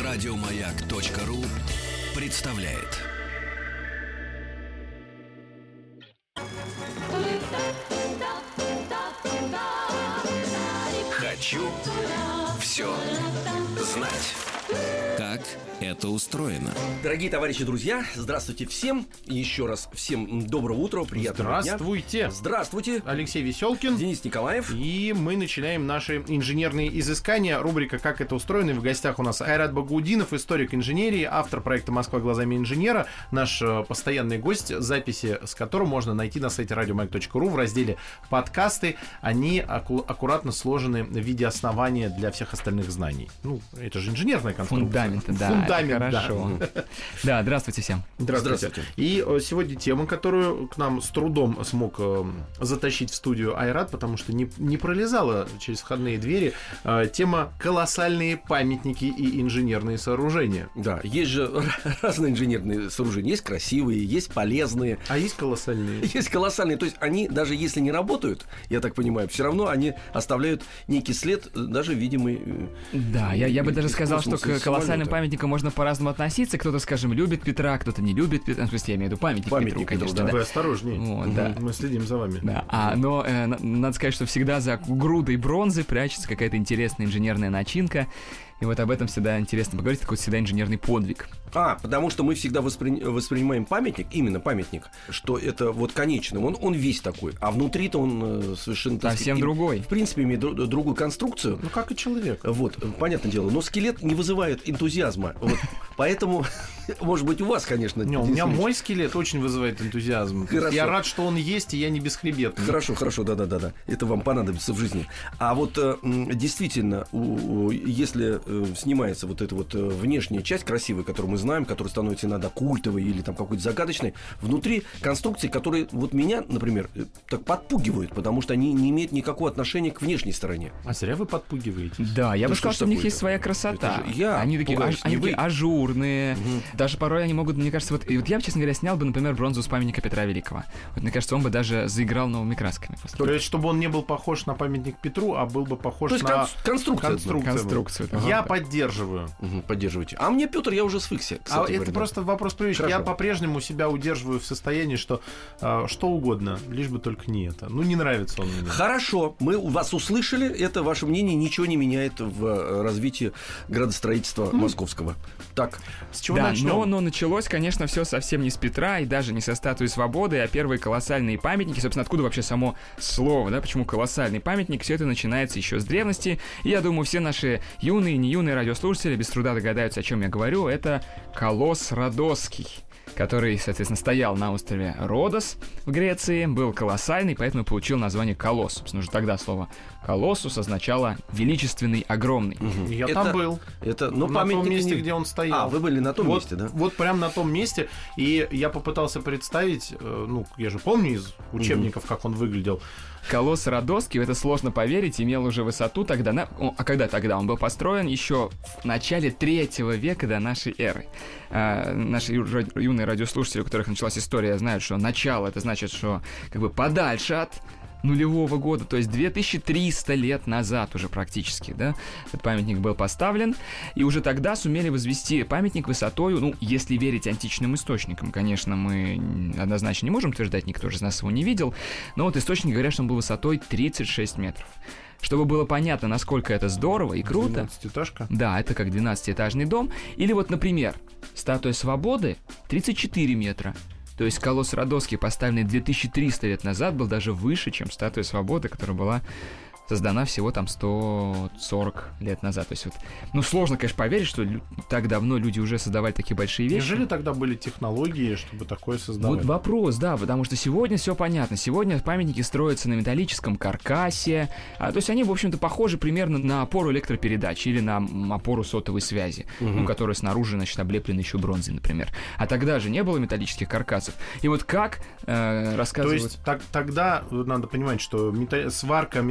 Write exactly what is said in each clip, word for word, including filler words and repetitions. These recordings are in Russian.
Радиомаяк.ру представляет. Хочу все знать. Как это устроено? Дорогие товарищи, друзья, здравствуйте всем. И еще раз всем доброго утра, приятного Здравствуйте. дня. Здравствуйте. Алексей Веселкин. Денис Николаев. И мы начинаем наши инженерные изыскания. Рубрика «Как это устроено». И в гостях у нас Айрат Багаудинов, историк инженерии, автор проекта «Москва глазами инженера». Наш э, постоянный гость, записи с которым можно найти на сайте радиомаяк точка ру в разделе «Подкасты». Они аку- аккуратно сложены в виде основания для всех остальных знаний. Ну, это же инженерная конструкция. Фундамент, да. Фундамент, хорошо. да. Да, здравствуйте всем. Здравствуйте. Здравствуйте. И э, сегодня тема, которую к нам с трудом смог э, затащить в студию Айрат, потому что не, не пролезала через входные двери, э, тема «Колоссальные памятники и инженерные сооружения». Да, есть же разные инженерные сооружения. Есть красивые, есть полезные. А есть колоссальные? Есть колоссальные. То есть они, даже если не работают, я так понимаю, все равно они оставляют некий след, даже видимый. Да, я, я бы даже сказал, что к колоссальным самолета. памятникам можно по-разному относиться. Кто-то, скажем, любит Петра, кто-то не любит Петра. В смысле, я имею в виду памятник, Памятник Петру, конечно. Петру, Да. Вы осторожнее. Вот, Мгм. да. Мы следим за вами. Да, а, но э, на- надо сказать, что всегда за грудой бронзы прячется какая-то интересная инженерная начинка. И вот об этом всегда интересно поговорить, такой всегда инженерный подвиг. А, потому что мы всегда воспри... воспринимаем памятник, именно памятник, что это вот конечный, он, он весь такой, а внутри-то он э, совершенно... так Совсем сказать, другой. В принципе, имеет дру- другую конструкцию. Ну, как и человек. Вот, понятное дело, но скелет не вызывает энтузиазма, вот, поэтому, может быть, у вас, конечно... Не, у Денис меня Ильич. мой скелет очень вызывает энтузиазм. То есть Хорошо. Я рад, что он есть, и я не бесхребетный. Хорошо, хорошо, да-да-да, это вам понадобится в жизни. А вот э, м, действительно, у- у- если э, снимается вот эта вот э, внешняя часть красивая, которую мы знаем, которая становится иногда культовой или там какой-то загадочной, внутри конструкции, которые вот меня, например, э, так подпугивают, потому что они не имеют никакого отношения к внешней стороне. А зря вы подпугиваете. Да, я Да бы что сказал, ж что у них такое-то? есть своя красота. Это же я Они такие, пугаюсь, аж- они не такие вы. ажурные. Мгм. Даже порой они могут, мне кажется, вот, и вот я, честно говоря, снял бы, например, бронзу с памятника Петра Великого. Вот мне кажется, он бы даже заиграл новыми красками. после. То есть, чтобы он не был похож на памятник Петру, а был бы похож То есть на кон- конструкция. конструкцию. Конструкцию. да. Я поддерживаю. Мгм, поддерживайте. А мне, Петр, я уже свыкся. А кстати это говоря. просто вопрос привычки. Хорошо. Я по-прежнему себя удерживаю в состоянии, что э, что угодно, лишь бы только не это. Ну, не нравится он мне. Хорошо, мы вас услышали. Это ваше мнение ничего не меняет в э, развитии градостроительства московского. Так, С чего Да, начнем? но, но началось, конечно, все совсем не с Петра и даже не со статуи свободы, а первые колоссальные памятники. Собственно, откуда вообще само слово, да, почему колоссальный памятник? Все это начинается еще с древности. И я думаю, все наши юные и не юные радиослушатели без труда догадаются, о чем я говорю. Это колосс Родосский, который, соответственно, стоял на острове Родос в Греции, был колоссальный, поэтому получил название колосс. Собственно, уже тогда слово колоссус означало величественный, огромный. Я Это- там был. это, ну, на том памятник месте, не- где он стоял. А, вы были на том вот, месте, да? Вот прям на том месте. И я попытался представить, э, ну, я же помню из учебников, как он выглядел. Колосс Родосский, в это сложно поверить, имел уже высоту тогда, на... о, а когда тогда? Он был построен еще в начале третьего века до нашей эры. А, наши ю- ра- юные радиослушатели, у которых началась история, знают, что начало, это значит, что как бы подальше от нулевого года, то есть две тысячи триста лет назад уже практически, да, этот памятник был поставлен, и уже тогда сумели возвести памятник высотою, ну, если верить античным источникам, конечно, мы однозначно не можем утверждать, никто же из нас его не видел, но вот источники говорят, что он был высотой тридцать шесть метров. Чтобы было понятно, насколько это здорово и круто, двенадцатиэтажка. да, это как двенадцатиэтажный дом, или вот, например, статуя Свободы тридцать четыре метра. То есть колосс Родосский, поставленный две тысячи триста лет назад, был даже выше, чем статуя Свободы, которая была создана всего там сто сорок лет назад. То есть вот, ну, сложно, конечно, поверить, что лю- так давно люди уже создавали такие большие вещи. Неужели тогда были технологии, чтобы такое создавать? Вот вопрос, да, потому что сегодня все понятно. Сегодня памятники строятся на металлическом каркасе. А, то есть они, в общем-то, похожи примерно на опору электропередач или на м, опору сотовой связи, ну, которая снаружи, значит, облеплена еще бронзой, например. А тогда же не было металлических каркасов. И вот как э, То рассказывают... есть так- тогда надо понимать, что мета- сварка металлических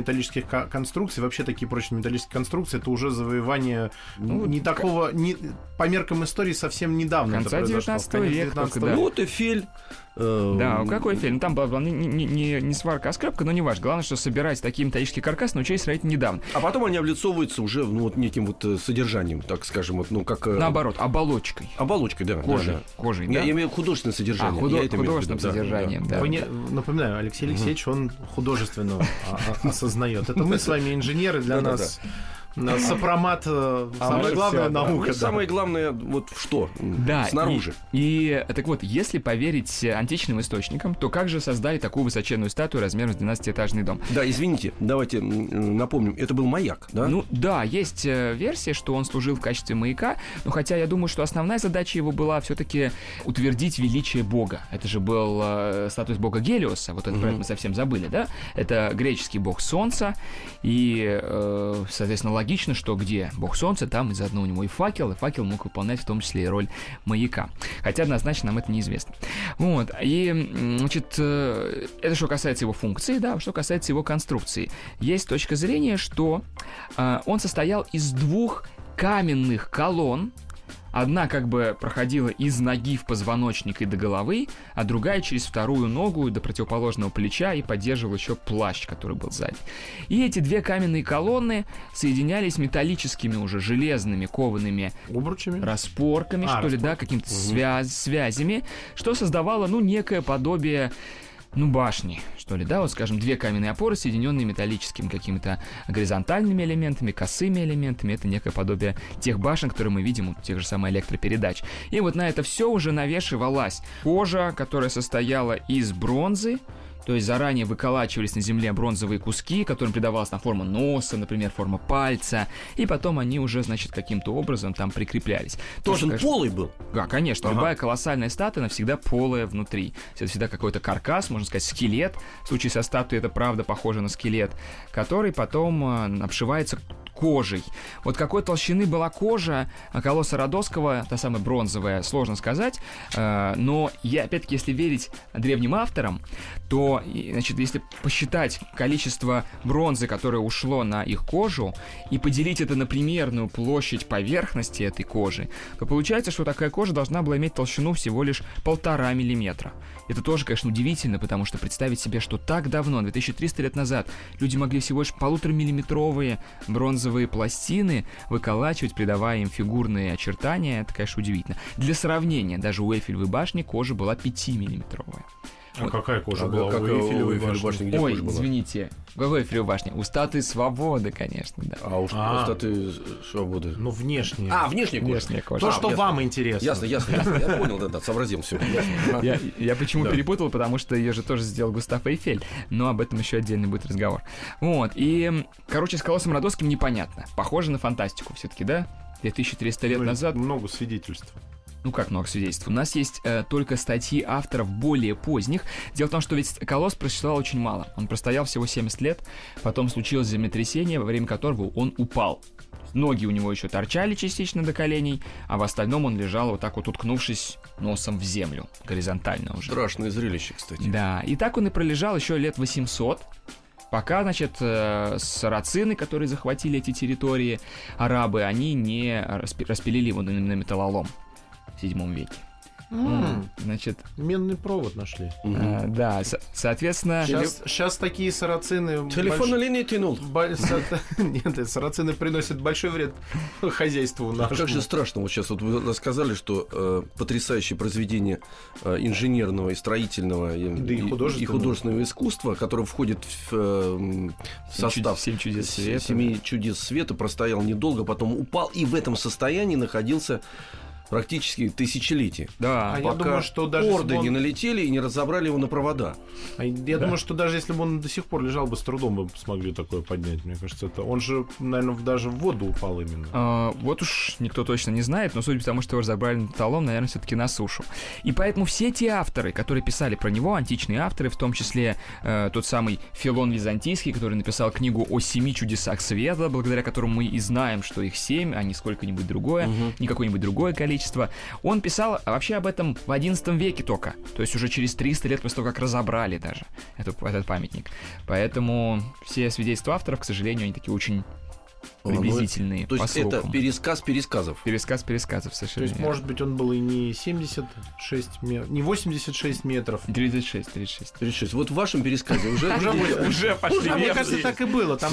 ко- конструкций, вообще такие прочные металлические конструкции, это уже завоевание ну, не такого, не, по меркам истории совсем недавно. Конца девятнадцатого века. Да. Ну, вот Эйфель. Э, да, какой Эйфель? Ну, там была, была не, не, не, не сварка, а скрепка, но не важно. Главное, что собирать такие металлические каркасы научились строить недавно. А потом они облицовываются уже ну, вот неким вот содержанием, так скажем, вот, ну как... Наоборот, оболочкой. Оболочкой, да. Кожей. Да, да. Кожей, я, да? я имею художественное содержание. А, худо- я это художественным да, содержанием, да. да. Вы не, напоминаю, Алексей Алексеевич, он художественно осознает. Это мы с вами инженеры, для нас... Сопромат, самая главная наука. Самое главное, вот что? Да, снаружи. И, и так вот, если поверить античным источникам, то как же создали такую высоченную статую размером с двенадцатиэтажный дом? Да, извините, давайте напомним, это был маяк, да? Ну да, есть версия, что он служил в качестве маяка, но хотя я думаю, что основная задача его была все-таки утвердить величие бога. Это же был э, статус бога Гелиоса, вот это угу. про это мы совсем забыли, да? Это греческий бог солнца, и, э, соответственно, логично, что где бог солнца, там и заодно у него и факел, и факел мог выполнять в том числе и роль маяка. Хотя однозначно нам это неизвестно. Вот, и, значит, э, это что касается его функции, да, что касается его конструкции. Есть точка зрения, что э, он состоял из двух каменных колонн. Одна как бы проходила из ноги в позвоночник и до головы, а другая через вторую ногу до противоположного плеча и поддерживала еще плащ, который был сзади. И эти две каменные колонны соединялись металлическими уже железными коваными обручами, распорками, а, что распорки. ли, да, какими-то угу. связ- связями, что создавало, ну, некое подобие... ну, башни, что ли, да, вот, скажем, две каменные опоры, соединенные металлическими какими-то горизонтальными элементами, косыми элементами, это некое подобие тех башен, которые мы видим у тех же самых электропередач. И вот на это все уже навешивалась кожа, которая состояла из бронзы, то есть заранее выколачивались на земле бронзовые куски, которым придавалась там форма носа, например, форма пальца, и потом они уже, значит, каким-то образом там прикреплялись. Тоже он конечно, полый был? Да, конечно. Ага. Любая колоссальная статуя, она всегда полая внутри. Это всегда какой-то каркас, можно сказать, скелет. В случае со статуей это правда похоже на скелет, который потом э, обшивается кожей. Вот какой толщины была кожа колосса Родосского, та самая бронзовая, сложно сказать, э, но я, опять-таки, если верить древним авторам, то, значит, если посчитать количество бронзы, которое ушло на их кожу, и поделить это на примерную площадь поверхности этой кожи, то получается, что такая кожа должна была иметь толщину всего лишь полтора миллиметра. Это тоже, конечно, удивительно, потому что представить себе, что так давно, две тысячи триста лет назад, люди могли всего лишь полуторамиллиметровые бронзовые пластины выколачивать, придавая им фигурные очертания, это, конечно, удивительно. Для сравнения, даже у Эйфелевой башни кожа была пятимиллиметровая. А вот. Какая кожа а была как, у Эйфелевой башни? башни где Ой, кожа была? извините, у какой Эйфелевой башни? У статуи Свободы, конечно, да. А у а, статуи Свободы? Ну, внешняя. А, внешняя кожа. Внешняя кожа. То, а, что ясно. вам интересно. Ясно, ясно, ясно. Я понял, да, да, сообразил все. Я, я почему да. перепутал, потому что ее же тоже сделал Густав Эйфель, но об этом еще отдельный будет разговор. Вот, и, короче, с колоссом Родосским непонятно. Похоже на фантастику все-таки, да? две тысячи триста лет ну, назад. Много свидетельств. Ну как много свидетельств? У нас есть э, только статьи авторов более поздних. Дело в том, что ведь колосс просуществовал очень мало. Он простоял всего семьдесят лет, потом случилось землетрясение, во время которого он упал. Ноги у него еще торчали частично до коленей, а в остальном он лежал вот так вот, уткнувшись носом в землю, горизонтально уже. Страшное зрелище, кстати. Да, и так он и пролежал еще лет восемьсот. Пока, значит, сарацины, которые захватили эти территории, арабы, они не распилили его на металлолом в седьмом веке. Mm. Значит, менный провод нашли. Mm-hmm. А, да, со- соответственно... Сейчас, сейчас такие сарацины... Телефон больш... линии тянул. Боль... Нет, сарацины приносят большой вред хозяйству нашему. Как же страшно. Вот сейчас вот вы рассказали, что э, потрясающее произведение э, инженерного и строительного и, да и, художественного. и художественного искусства, которое входит в, э, в состав «Семь чудес света». «Семи чудес света», простоял недолго, потом упал и в этом состоянии находился практически тысячелетия. Да, а пока я думаю, что даже орды он... не налетели и не разобрали его на провода. А я да. думаю, что даже если бы он до сих пор лежал бы, с трудом бы смогли такое поднять. Мне кажется, это он же, наверное, даже в воду упал именно. А, вот уж никто точно не знает, но судя по тому, что его разобрали металлом, наверное, все-таки на сушу. И поэтому все те авторы, которые писали про него, античные авторы, в том числе э, тот самый Филон Византийский, который написал книгу о семи чудесах света, благодаря которому мы и знаем, что их семь, а не сколько-нибудь другое, угу. не какое-нибудь другое количество. количество. Он писал вообще об этом в одиннадцатом веке только. То есть уже через триста лет после того, как разобрали даже эту, этот памятник. Поэтому все свидетельства авторов, к сожалению, они такие очень приблизительные. То есть это пересказ пересказов. Пересказ пересказов, совершенно. То есть, может быть, он был и не семьдесят шесть метров, не восемьдесят шесть метров. тридцать шесть, тридцать шесть. тридцать шесть. Вот в вашем пересказе уже... Уже пошли. Мне кажется, так и было. Там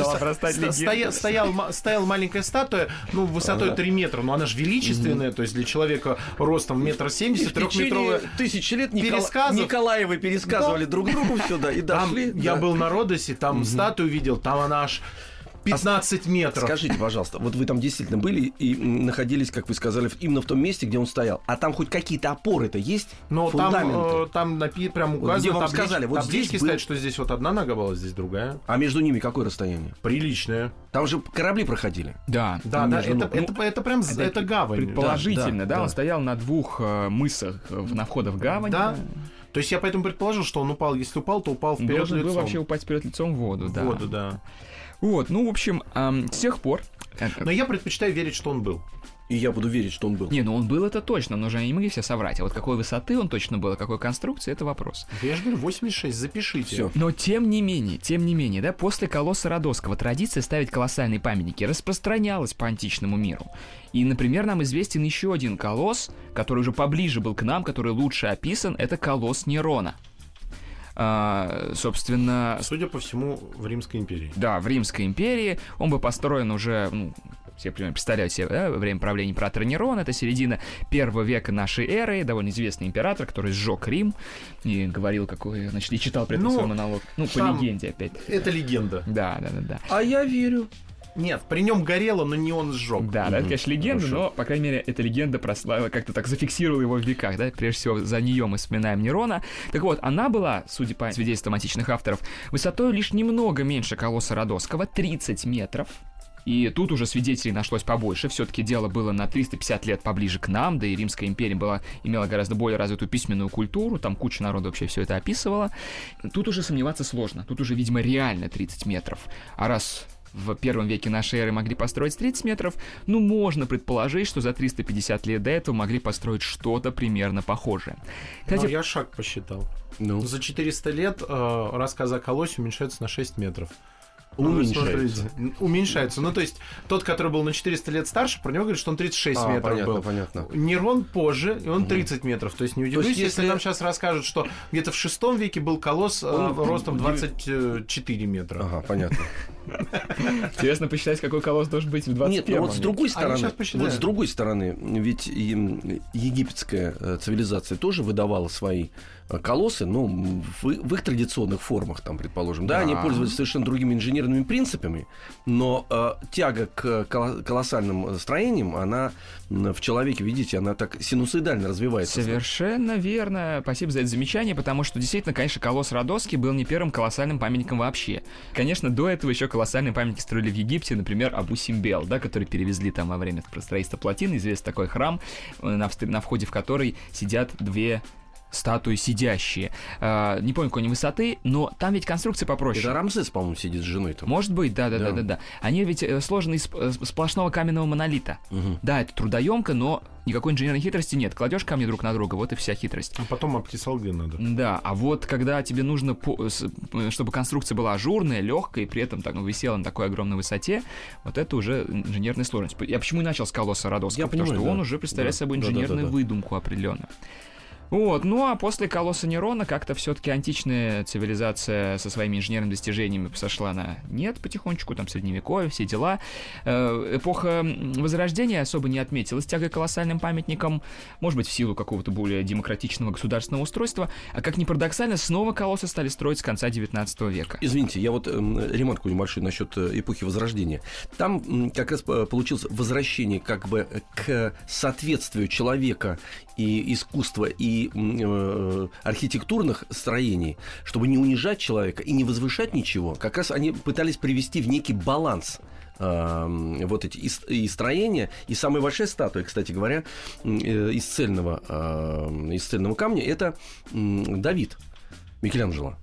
стояла маленькая статуя, ну, высотой три метра, но она же величественная, то есть для человека ростом метр семьдесят, трехметровая. Тысячи лет Николаевы пересказывали друг другу все, да, и дошли. Я был на Родосе, там статую видел, там она аж пятнадцать метров. Скажите, пожалуйста, вот вы там действительно были и находились, как вы сказали, именно в том месте, где он стоял. А там хоть какие-то опоры-то есть? Но там, э, там напи- прям указано, вот где вам таблич, сказали, вот здесь был... стоят, что здесь вот одна нога была, здесь другая. А между ними какое расстояние? Приличное. Там же корабли проходили. Да. Да, да, это, ну, это, это прям это, это гавань. Предположительно, да, да, да, он да. стоял на двух э, мысах на входа в гавань. Да. То есть я поэтому предположил, что он упал. Если упал, то упал вперед Должен лицом. был вообще упасть вперед лицом в воду, да. В воду, да. Вот, ну, в общем, эм, с тех пор... Но я предпочитаю верить, что он был. И я буду верить, что он был. Не, ну он был, это точно, но же они не могли все соврать. А вот какой высоты он точно был, а какой конструкции, это вопрос. Я же говорю, восемьдесят шесть, запишите. Всё. Но тем не менее, тем не менее, да, после колосса Родосского традиция ставить колоссальные памятники распространялась по античному миру. И, например, нам известен еще один колосс, который уже поближе был к нам, который лучше описан, это колосс Нерона. А, собственно... Судя по всему, в Римской империи. Да, в Римской империи. Он был построен уже... Ну, все примерно представляют себе, да, во время правления императора Нерона, это середина первого века нашей эры, довольно известный император, который сжег Рим и говорил, какой, значит, и читал при этом ну, свой монолог. Ну, по легенде опять. Это легенда. Да, да, да, да. А я верю. Нет, при нем горело, но не он сжег. Да, да, это, конечно, легенда, Хорошо. но, по крайней мере, эта легенда прославила, как-то так зафиксировала его в веках, да, прежде всего, за нее мы вспоминаем Нерона. Так вот, она была, судя по свидетельствам античных авторов, высотой лишь немного меньше колосса Родосского, тридцать метров. И тут уже свидетелей нашлось побольше. Все-таки дело было на триста пятьдесят лет поближе к нам, да и Римская империя была, имела гораздо более развитую письменную культуру, там куча народу вообще все это описывала. Тут уже сомневаться сложно, тут уже, видимо, реально тридцать метров. А раз в первом веке нашей эры могли построить тридцать метров, ну, можно предположить, что за триста пятьдесят лет до этого могли построить что-то примерно похожее. Кстати, Но я шаг посчитал. Ну. За четыреста лет э, рассказы о колоссе уменьшаются на шесть метров. Уменьшается. Ну, уменьшается. Ну, то есть, тот, который был на четыреста лет старше, про него говорят, что он тридцать шесть А, метров понятно, был. понятно. Нерон позже, и он тридцать метров. То есть, не удивлюсь, есть, если... если нам сейчас расскажут, что где-то в шестом веке был колосс э, Он- ростом двадцать четыре метра. Ага, понятно. интересно посчитать, какой колосс должен быть в двадцать Нет, ну первом вот с другой Они стороны, сейчас посчитают. вот с другой стороны, ведь и, м, египетская э, цивилизация тоже выдавала свои э, колоссы, ну, в, в их традиционных формах, там, предположим. Да, Да. они пользовались совершенно другими инженерными принципами, но э, тяга к коло- колоссальным строениям, она м, в человеке, видите, она так синусоидально развивается. Совершенно верно. Спасибо за это замечание, потому что действительно, конечно, колосс Родосский был не первым колоссальным памятником вообще. Конечно, до этого еще колоссальные памятники строили в Египте, например, Абу-Симбел, да, который перевезли там во время строительства плотины. Известный такой храм, э, на, вст- на входе в который сидят две статуи сидящие. Э, не помню, какой они высоты, но там ведь конструкция попроще. Это Рамзес, по-моему, сидит с женой там. Может быть, да, да, да, Да. да, да. Они ведь э, сложены из э, сплошного каменного монолита. Мгм. Да, это трудоемко, но никакой инженерной хитрости нет. Кладешь камни друг на друга, вот и вся хитрость. А потом обтесал где надо. Да, а вот когда тебе нужно, по- с- э, чтобы конструкция была ажурная, легкая, и при этом так, ну, висела на такой огромной высоте, вот это уже инженерная сложность. Я почему и начал с колосса Родосского? Я Потому понимаю, что он да. уже представляет Да, собой да, да, инженерную да, да. выдумку определенно. Вот, ну а после колосса Нерона как-то все-таки античная цивилизация со своими инженерными достижениями сошла на нет потихонечку, там средневековье, все дела. Э, Эпоха Возрождения особо не отметилась тягой к колоссальным памятникам, может быть, в силу какого-то более демократичного государственного устройства, а как ни парадоксально, снова колоссы стали строить с конца девятнадцатого века. Извините, я вот эм, ремарку небольшую насчет э, эпохи Возрождения. Там м, как раз э, получилось возвращение как бы к соответствию человека и искусства, и м, э, архитектурных строений, чтобы не унижать человека и не возвышать ничего. Как раз они пытались привести в некий баланс э, вот эти и, с- и строения. И самая большая статуя, кстати говоря, м, э, из цельного, э, из цельного камня, это м, Давид Микеланджело.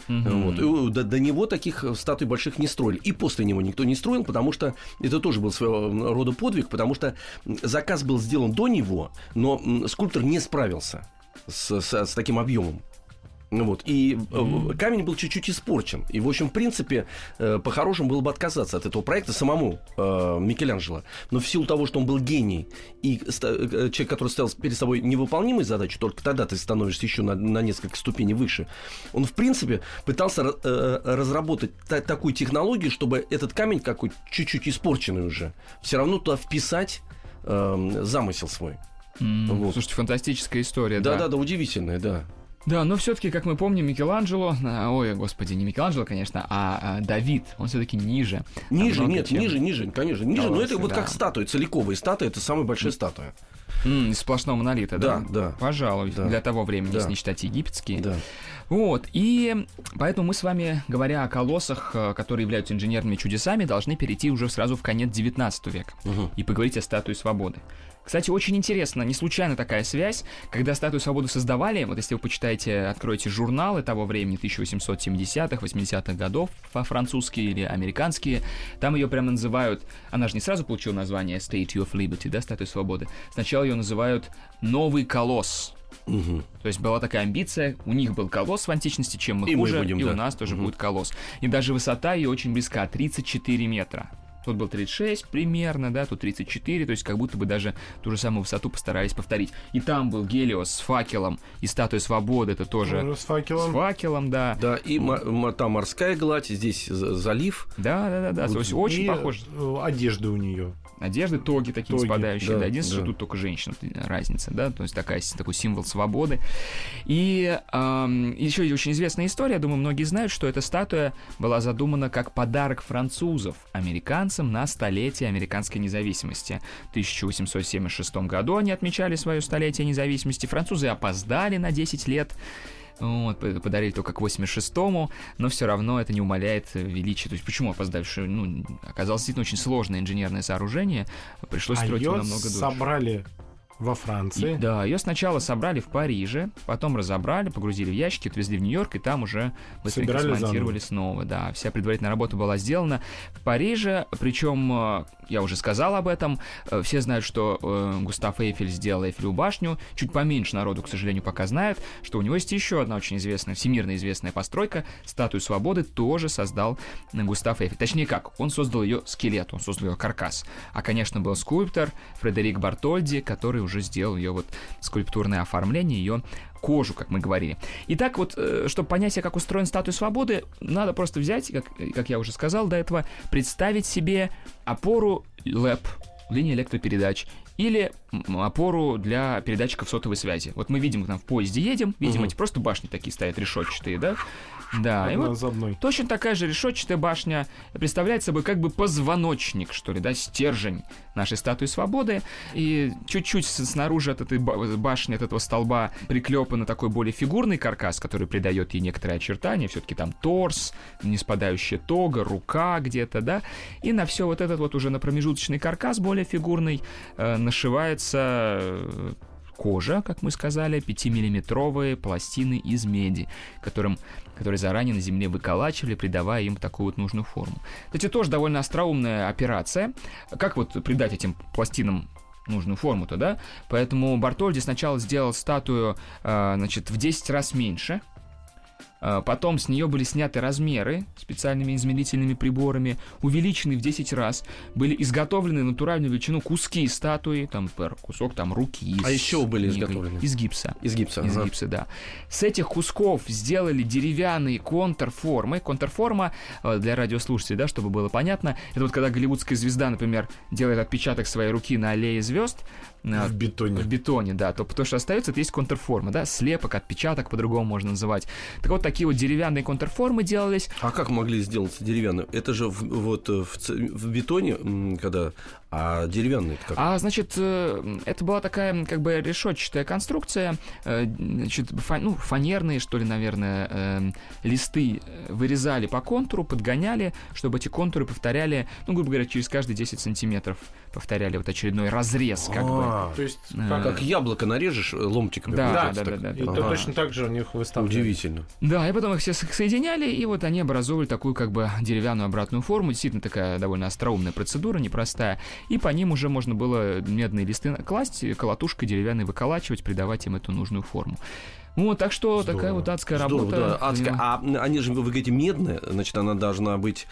Mm-hmm. Вот. И до, до него таких статуй больших не строили. И после него никто не строил, потому что это тоже был своего рода подвиг, потому что заказ был сделан до него, но скульптор не справился с, с, с таким объемом. Вот. И mm-hmm. камень был чуть-чуть испорчен. И, в общем, в принципе, по-хорошему было бы отказаться от этого проекта самому э, Микеланджело. Но в силу того, что он был гений, и человек, который ставил перед собой невыполнимые задачи, только тогда ты становишься еще на, на несколько ступеней выше, он, в принципе, пытался э, разработать та- такую технологию, чтобы этот камень, какой чуть-чуть испорченный уже, все равно туда вписать э, замысел свой. Mm-hmm. Вот. Слушайте, фантастическая история. Да-да-да, удивительная, да. Да, но все-таки, как мы помним, Микеланджело, ой, господи, не Микеланджело, конечно, а, а Давид, он все-таки ниже. Ниже, нет, чем... ниже, ниже, конечно, ниже, Колоссы, но это вот да. как статуя, целиковая статуя, это самая большая статуя. Mm, из сплошного монолита, да? Да, да. Пожалуй, да. для того времени, да. если не считать египетские. Да. Вот, и поэтому мы с вами, говоря о колоссах, которые являются инженерными чудесами, должны перейти уже сразу в конец девятнадцатого века угу. и поговорить о статуе свободы. Кстати, очень интересно, не случайно такая связь, когда статую свободы создавали, вот если вы почитаете, откроете журналы того времени, тысяча восемьсот семидесятых, восьмидесятых годов, французские или американские, там ее прямо называют, она же не сразу получила название Statue of Liberty, да, статуя свободы, сначала ее называют «Новый колосс». Угу. То есть была такая амбиция, у них был колосс в античности, чем мы и хуже, мы будем, и да. у нас тоже угу. будет колосс. И даже высота ее очень близка, тридцать четыре метра. Тут был тридцать шесть примерно, да, тут тридцать четыре, то есть как будто бы даже ту же самую высоту постарались повторить. И там был Гелиос с факелом, и статуя свободы, это тоже... С факелом. С факелом, да. Да, и м- там морская гладь, здесь залив. Да, да, да, да, то есть очень и похоже. Одежда у нее. Одежды, тоги такие тоги, спадающие, да, да, единственное, да. что тут только женщина, разница, да, то есть такая, такой символ свободы. И эм, еще очень известная история, я думаю, многие знают, что эта статуя была задумана как подарок французов американцам на столетие американской независимости. В тысяча восемьсот семьдесят шестом году они отмечали свое столетие независимости, французы опоздали на десять лет, вот, подарили только к восемьдесят шестому, но все равно это не умаляет величия. То есть почему опоздали? Ну, оказалось действительно очень сложное инженерное сооружение, пришлось а строить его ее намного дольше. собрали во Франции. И, да, ее сначала собрали в Париже, потом разобрали, погрузили в ящики, отвезли в Нью-Йорк, и там уже быстренько Собирали смонтировали снова. Да, вся предварительная работа была сделана в Париже, причем, я уже сказал об этом, все знают, что э, Густав Эйфель сделал Эйфелеву башню, чуть поменьше народу, к сожалению, пока знает, что у него есть еще одна очень известная, всемирно известная постройка, статую свободы тоже создал Густав Эйфель. Точнее как, он создал ее скелет, он создал ее каркас. А, конечно, был скульптор Фредерик Бартольди, который уже сделал ее вот скульптурное оформление, ее кожу, как мы говорили. Итак, вот, чтобы понять себе, как устроена статуя свободы, надо просто взять, как, как я уже сказал до этого, представить себе опору ЛЭП, линии электропередач, или опору для передатчиков сотовой связи. Вот мы видим, там в поезде едем, видим, угу. эти просто башни такие стоят, решетчатые, да? Да, и вот точно такая же решетчатая башня представляет собой как бы позвоночник, что ли, да, стержень нашей статуи свободы, и чуть-чуть снаружи от этой башни, от этого столба приклепан такой более фигурный каркас, который придает ей некоторые очертания, все-таки там торс, неспадающая тога, рука где-то, да, и на все вот этот вот уже на промежуточный каркас более фигурный э, нашивается э, кожа, как мы сказали, пятимиллиметровые пластины из меди, которым, которые заранее на земле выколачивали, придавая им такую вот нужную форму. Кстати, тоже довольно остроумная операция. Как вот придать этим пластинам нужную форму-то, да? Поэтому Бартольди сначала сделал статую, э, значит, в десять раз меньше. Потом с нее были сняты размеры специальными измерительными приборами, увеличены в десять раз, были изготовлены на натуральную величину куски статуи, там, кусок там руки. Из, а еще были изготовлены? Из гипса. Из гипса. Из ага. гипса, да. С этих кусков сделали деревянные контрформы. Контрформа, для радиослушателей, да, чтобы было понятно, это вот когда голливудская звезда, например, делает отпечаток своей руки на аллее звезд, в бетоне. В бетоне, да. То, то, что остается, это есть контрформа, да, слепок, отпечаток, по-другому можно называть. Так вот, такие вот деревянные контрформы делались. А как могли сделать деревянные? Это же в, вот в, в бетоне, когда... А деревянные как? А, значит, это была такая, как бы, решетчатая конструкция, значит, фа, ну, фанерные, что ли, наверное, листы вырезали по контуру, подгоняли, чтобы эти контуры повторяли, ну, грубо говоря, через каждые десять сантиметров повторяли вот очередной разрез, как А-а-а. бы. То есть, как, как яблоко нарежешь ломтиками. Да, да, да, да, да, да, и да. это Ага. точно так же у них выставляют. Удивительно. Да, Да, и потом их все соединяли, и вот они образовывали такую как бы деревянную обратную форму, действительно такая довольно остроумная процедура, непростая, и по ним уже можно было медные листы класть, колотушкой деревянной выколачивать, придавать им эту нужную форму. Вот, так что здорово. Такая вот адская Здорово, работа. Да, адская. А они же, вы говорите, медные, значит, она должна быть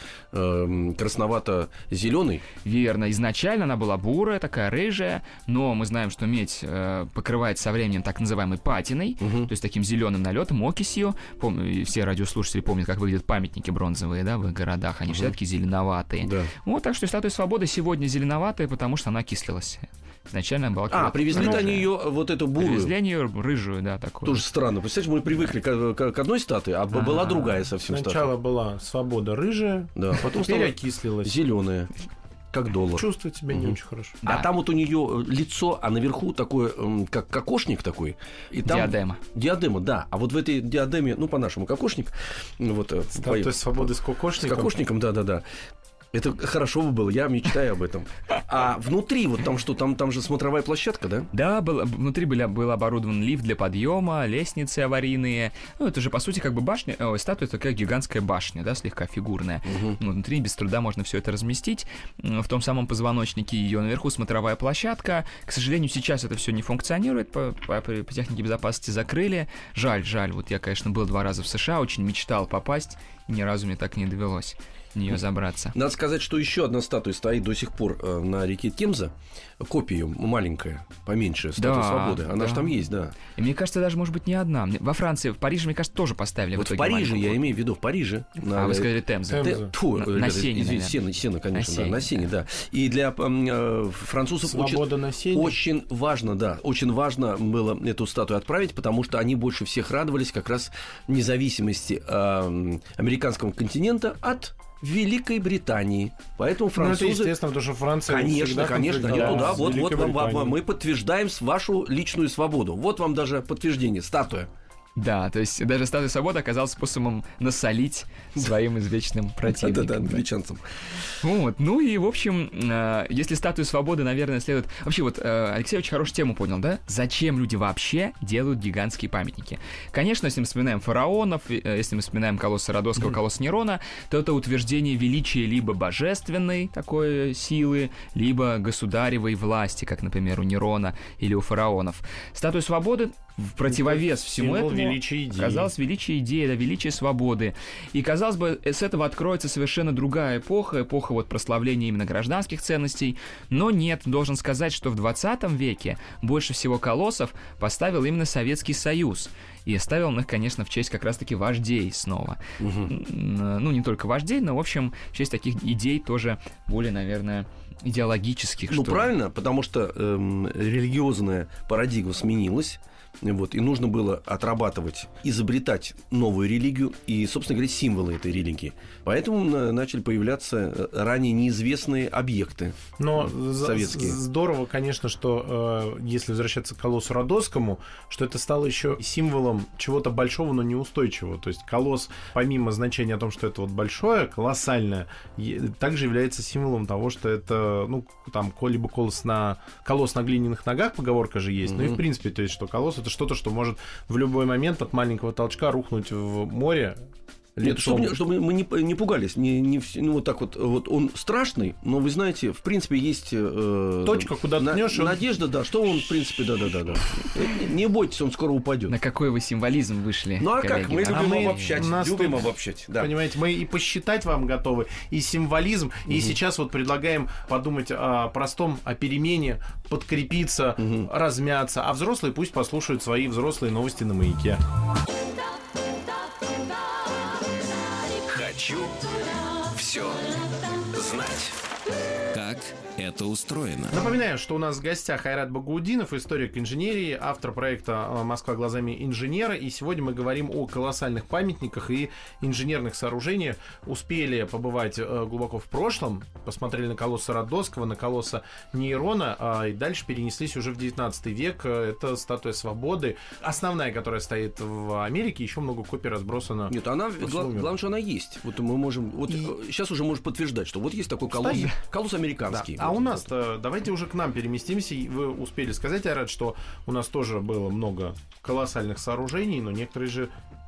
э, красновато-зеленой. Верно. Изначально она была бурая, такая рыжая, но мы знаем, что медь э, покрывает со временем так называемой патиной, угу. то есть таким зеленым налетом, окисью. Помню, все радиослушатели помнят, как выглядят памятники бронзовые, да, в их городах. Они угу. все такие зеленоватые. Да. Вот, так что статуя Свободы сегодня зеленоватая, потому что она окислилась. Изначально была... А, привезли-то ну, они ее, вот эту бурую. Привезли они ее рыжую, да, такую. Тоже странно. Представляете, мы привыкли к, к, к одной статуе, а, а была другая совсем статуя. Сначала была Свобода рыжая, да. потом теперь окислилась. Зеленая. Как доллар. Чувствует себя угу. не очень хорошо. Да. А там вот у нее лицо, а наверху такое, как кокошник такой. И там... Диадема. Диадема, да. А вот в этой диадеме, ну, по-нашему, кокошник. Вот, Статуя Свободы с кокошником. С кокошником, да-да-да. Это хорошо бы было, я мечтаю об этом. А внутри, вот там что, там, там же смотровая площадка, да? Да, был, внутри был, был оборудован лифт для подъема, лестницы аварийные. Ну, это же, по сути, как бы башня, о, статуя такая гигантская башня, да, слегка фигурная. Угу. Ну, внутри без труда можно все это разместить. В том самом позвоночнике ее наверху смотровая площадка. К сожалению, сейчас это все не функционирует, по, по, по технике безопасности закрыли. Жаль, жаль. Вот я, конечно, был два раза в США, очень мечтал попасть, и ни разу мне так не довелось в нее забраться. Надо сказать, что еще одна статуя стоит до сих пор э, на реке Темза. Копия ее маленькая, поменьше, статуя да, Свободы. Она да. же там есть, да. И мне кажется, даже, может быть, не одна. Во Франции, в Париже, мне кажется, тоже поставили. Вот в, в Париже, я имею в виду, в Париже. На... А, вы сказали Темза. Темза. Тьфу, на, на Сене, извините, Сена, Сена, конечно, на Сене, да, на Сене, да. да. И для э, французов Свобода очень, на Сене. очень важно, да, очень важно было эту статую отправить, потому что они больше всех радовались как раз независимости э, американского континента от Великой Британии. Поэтому французы... Ну, это естественно, потому что Франция... Конечно, конечно. Они туда, вот, вот вам, вам, мы подтверждаем вашу личную свободу. Вот вам даже подтверждение, статуя. Да, то есть даже статуя Свободы оказалась способом насолить своим извечным противникам. Да-да, англичанцам. Вот, ну и, в общем, если статую Свободы, наверное, следует... Вообще, вот Алексей очень хорошую тему понял, да? Зачем люди вообще делают гигантские памятники? Конечно, если мы вспоминаем фараонов, если мы вспоминаем колосса Родосского, колосса Нерона, то это утверждение величия либо божественной такой силы, либо государевой власти, как, например, у Нерона или у фараонов. Статуя Свободы в противовес всему этому казалось величие идеи, да, величие свободы. И, казалось бы, с этого откроется совершенно другая эпоха, эпоха вот прославления именно гражданских ценностей. Но нет, должен сказать, что в двадцатом веке больше всего колоссов поставил именно Советский Союз. И ставил он их, конечно, в честь как раз-таки вождей снова. Угу. Ну, не только вождей, но, в общем, в честь таких идей тоже более, наверное, идеологических. Ну, что... правильно, потому что эм, религиозная парадигма сменилась. Вот, и нужно было отрабатывать, изобретать новую религию и, собственно говоря, символы этой религии. Поэтому начали появляться ранее неизвестные объекты. Но советские. Здорово, конечно, что, э, если возвращаться к колоссу Родосскому, что это стало еще символом чего-то большого, но неустойчивого. То есть колосс, помимо значения о том, что это вот большое, колоссальное, также является символом того, что это, ну, там, либо колосс на, колосс на глиняных ногах, поговорка же есть, mm-hmm. ну и в принципе, то есть, что колосс — это что-то, что может в любой момент от маленького толчка рухнуть в море. Нет, чтобы, чтобы мы не, не пугались, не, не, ну, вот так вот, вот он страшный, но вы знаете, в принципе, есть э, точка, куда на, ткнешь, надежда, он... да, что он, в принципе, да-да-да. Не, не бойтесь, он скоро упадет. На какой вы символизм вышли? Ну а коллеги? как? Мы любим а мы обобщать, любим тут, обобщать. Да. Понимаете, мы и посчитать вам готовы, и символизм, угу. и сейчас вот предлагаем подумать о простом, о перемене, подкрепиться, угу. размяться, а взрослые пусть послушают свои взрослые новости на Маяке. Хочу все знать. Как это устроено? Напоминаю, что у нас в гостях Айрат Багаудинов, историк инженерии, автор проекта «Москва глазами инженера». И сегодня мы говорим о колоссальных памятниках и инженерных сооружениях. Успели побывать глубоко в прошлом, посмотрели на колосса Родосского, на колосса Нейрона, и дальше перенеслись уже в девятнадцатый век. Это статуя Свободы, основная, которая стоит в Америке. Еще много копий разбросано. Нет, она, гла- главное, что она есть. Вот мы можем, вот и... сейчас уже можешь подтверждать, что вот есть такой колосс, колосс американский. Да. А у нас-то, давайте уже к нам переместимся. Вы успели сказать, Айрат, что у нас тоже было много колоссальных сооружений, но некоторые же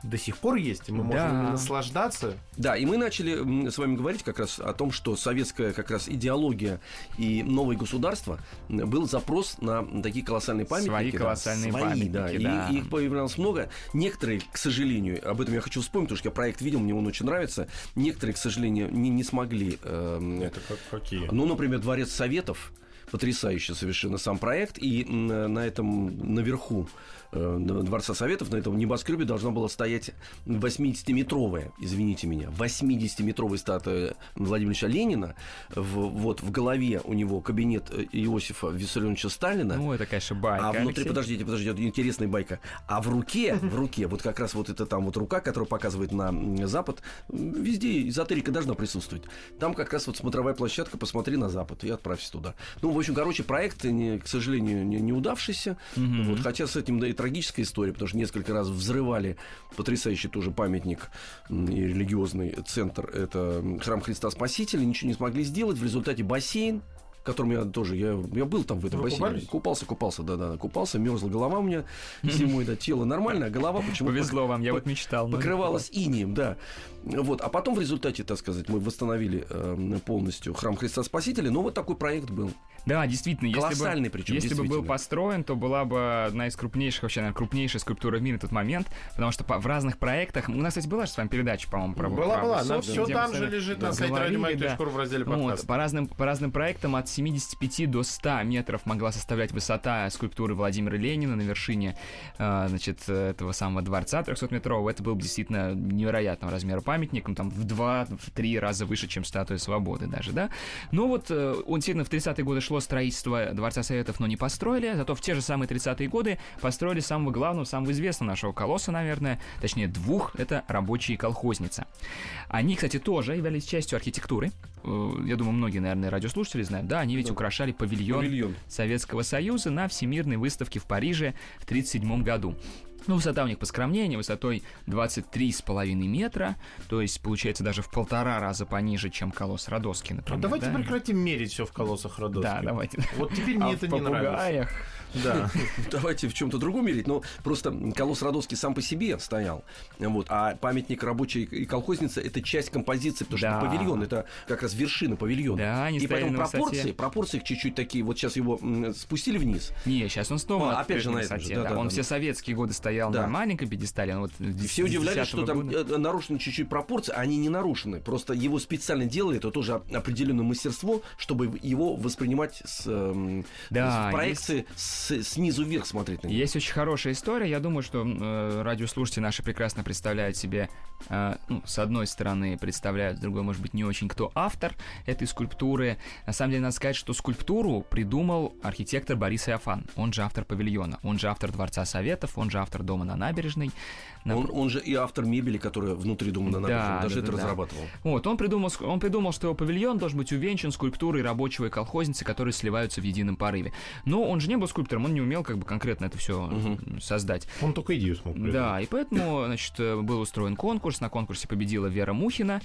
до сих пор есть, и мы Да. можем наслаждаться. Да, и мы начали м, с вами говорить как раз о том, что советская как раз идеология и новое государство м, был запрос на такие колоссальные памятники. Свои да, колоссальные свои, памятники, да, и- да. И их появлялось много. Некоторые, к сожалению, об этом я хочу вспомнить, потому что я проект видел, мне он очень нравится. Некоторые, к сожалению, не, не смогли. эм, Это как, какие? Ну, например, Дворец Советов. Потрясающий совершенно сам проект. И м, на этом наверху э, Дворца Советов, на этом небоскребе должна была стоять восьмидесятиметровая, извините меня, восьмидесятиметровая статуя Владимира Ильича Ленина. В, вот в голове у него кабинет Иосифа Виссарионовича Сталина. Ну, это, конечно, байка, А внутри, Алексей. подождите, подождите, это интересная байка. А в руке, в руке, вот как раз вот это там вот рука, которая показывает на м, запад, везде эзотерика должна присутствовать. Там как раз вот смотровая площадка, посмотри на запад и отправься туда. Ну, в общем, короче, проект, не, к сожалению, не, не удавшийся. Мгм. Вот, хотя с этим да, и трагическая история, потому что несколько раз взрывали потрясающий тоже памятник м, и религиозный центр. Это храм Христа Спасителя. Ничего не смогли сделать. В результате бассейн, в котором я тоже, я, я был там в этом Вы бассейне. купались? Купался, купался, да-да, купался. Мерзла голова у меня зимой, да, тело нормально, а голова почему-то Повезло вам, я вот мечтал. но не покрывалась инием, да. Вот. А потом в результате, так сказать, мы восстановили э, полностью храм Христа Спасителя. Но вот такой проект был. Да, действительно, если бы, Колоссальный причем, если бы был действительно. построен, то была бы одна из крупнейших, вообще, наверное, крупнейшая скульптура в мире в тот момент, потому что по- в разных проектах... У нас, кстати, была же с вами передача, по-моему, про Была, про была, высотки, нам все где там мы с же вами лежит да, на сайте говорили, радиомаяк точка ру да. в разделе Вот, подкаст. по разным, по разным проектам от семидесяти пяти до ста метров могла составлять высота скульптуры Владимира Ленина на вершине, э, значит, этого самого дворца трехсотметрового. Это был бы действительно невероятного размера памятник, ну, там в два, в три раза выше, чем статуя Свободы даже, да. Но вот э, он действительно в тридцатые годы шло строительство Дворца Советов, но не построили, зато в те же самые тридцатые годы построили самого главного, самого известного нашего колосса, наверное, точнее двух, это рабочие колхозница. Они, кстати, тоже являлись частью архитектуры. Э, Я думаю, многие, наверное, радиослушатели знают, да, они ведь Да. украшали павильон, Павильон. Советского Союза на Всемирной выставке в Париже в тридцать седьмом году. Ну, высота у них поскромнее, они высотой двадцать три с половиной метра, то есть, получается, даже в полтора раза пониже, чем колосс Родосский, А например. давайте да? прекратим мерить все в колоссах Родосских. Да, давайте. Вот теперь А мне в это не нравится. попугаях? Да. Давайте в чем-то другом мерить, но просто колосс Родосский сам по себе стоял, вот, а памятник рабочей и колхозницы — это часть композиции, потому Да. что павильон — это как раз вершина павильона. Да, они и стояли поэтому на высоте. пропорции, пропорции их чуть-чуть такие, вот сейчас его м, спустили вниз. Не, сейчас он снова А, на опять же прежней на этом же, высоте, да, да. да, Он да. все советские годы стоял Да. на маленьком пьедестале, он вот И все удивлялись, что там э, нарушены чуть-чуть пропорции, а они не нарушены. Просто его специально делали, это тоже определенное мастерство, чтобы его воспринимать с, эм, Да, с проекции с- снизу вверх смотреть на него. Есть очень хорошая история. Я думаю, что э, радиослушатели наши прекрасно представляют себе, э, ну, с одной стороны, представляют, с другой, может быть, не очень, кто автор этой скульптуры. На самом деле, надо сказать, что скульптуру придумал архитектор Борис Иофан. Он же автор павильона, он же автор Дворца Советов, он же автор дома на набережной. На- Он, он же и автор мебели, которая внутри дома на набережной, Да, даже да, это да, да. разрабатывал. Вот, он придумал, ск- он придумал, что павильон должен быть увенчан скульптурой рабочего и колхозницы, которые сливаются в едином порыве. Но он же не был скульптором, он не умел как бы конкретно это все создать. Он только идею смог придумать. Да, и поэтому, значит, э, был устроен конкурс. На конкурсе победила Вера Мухина,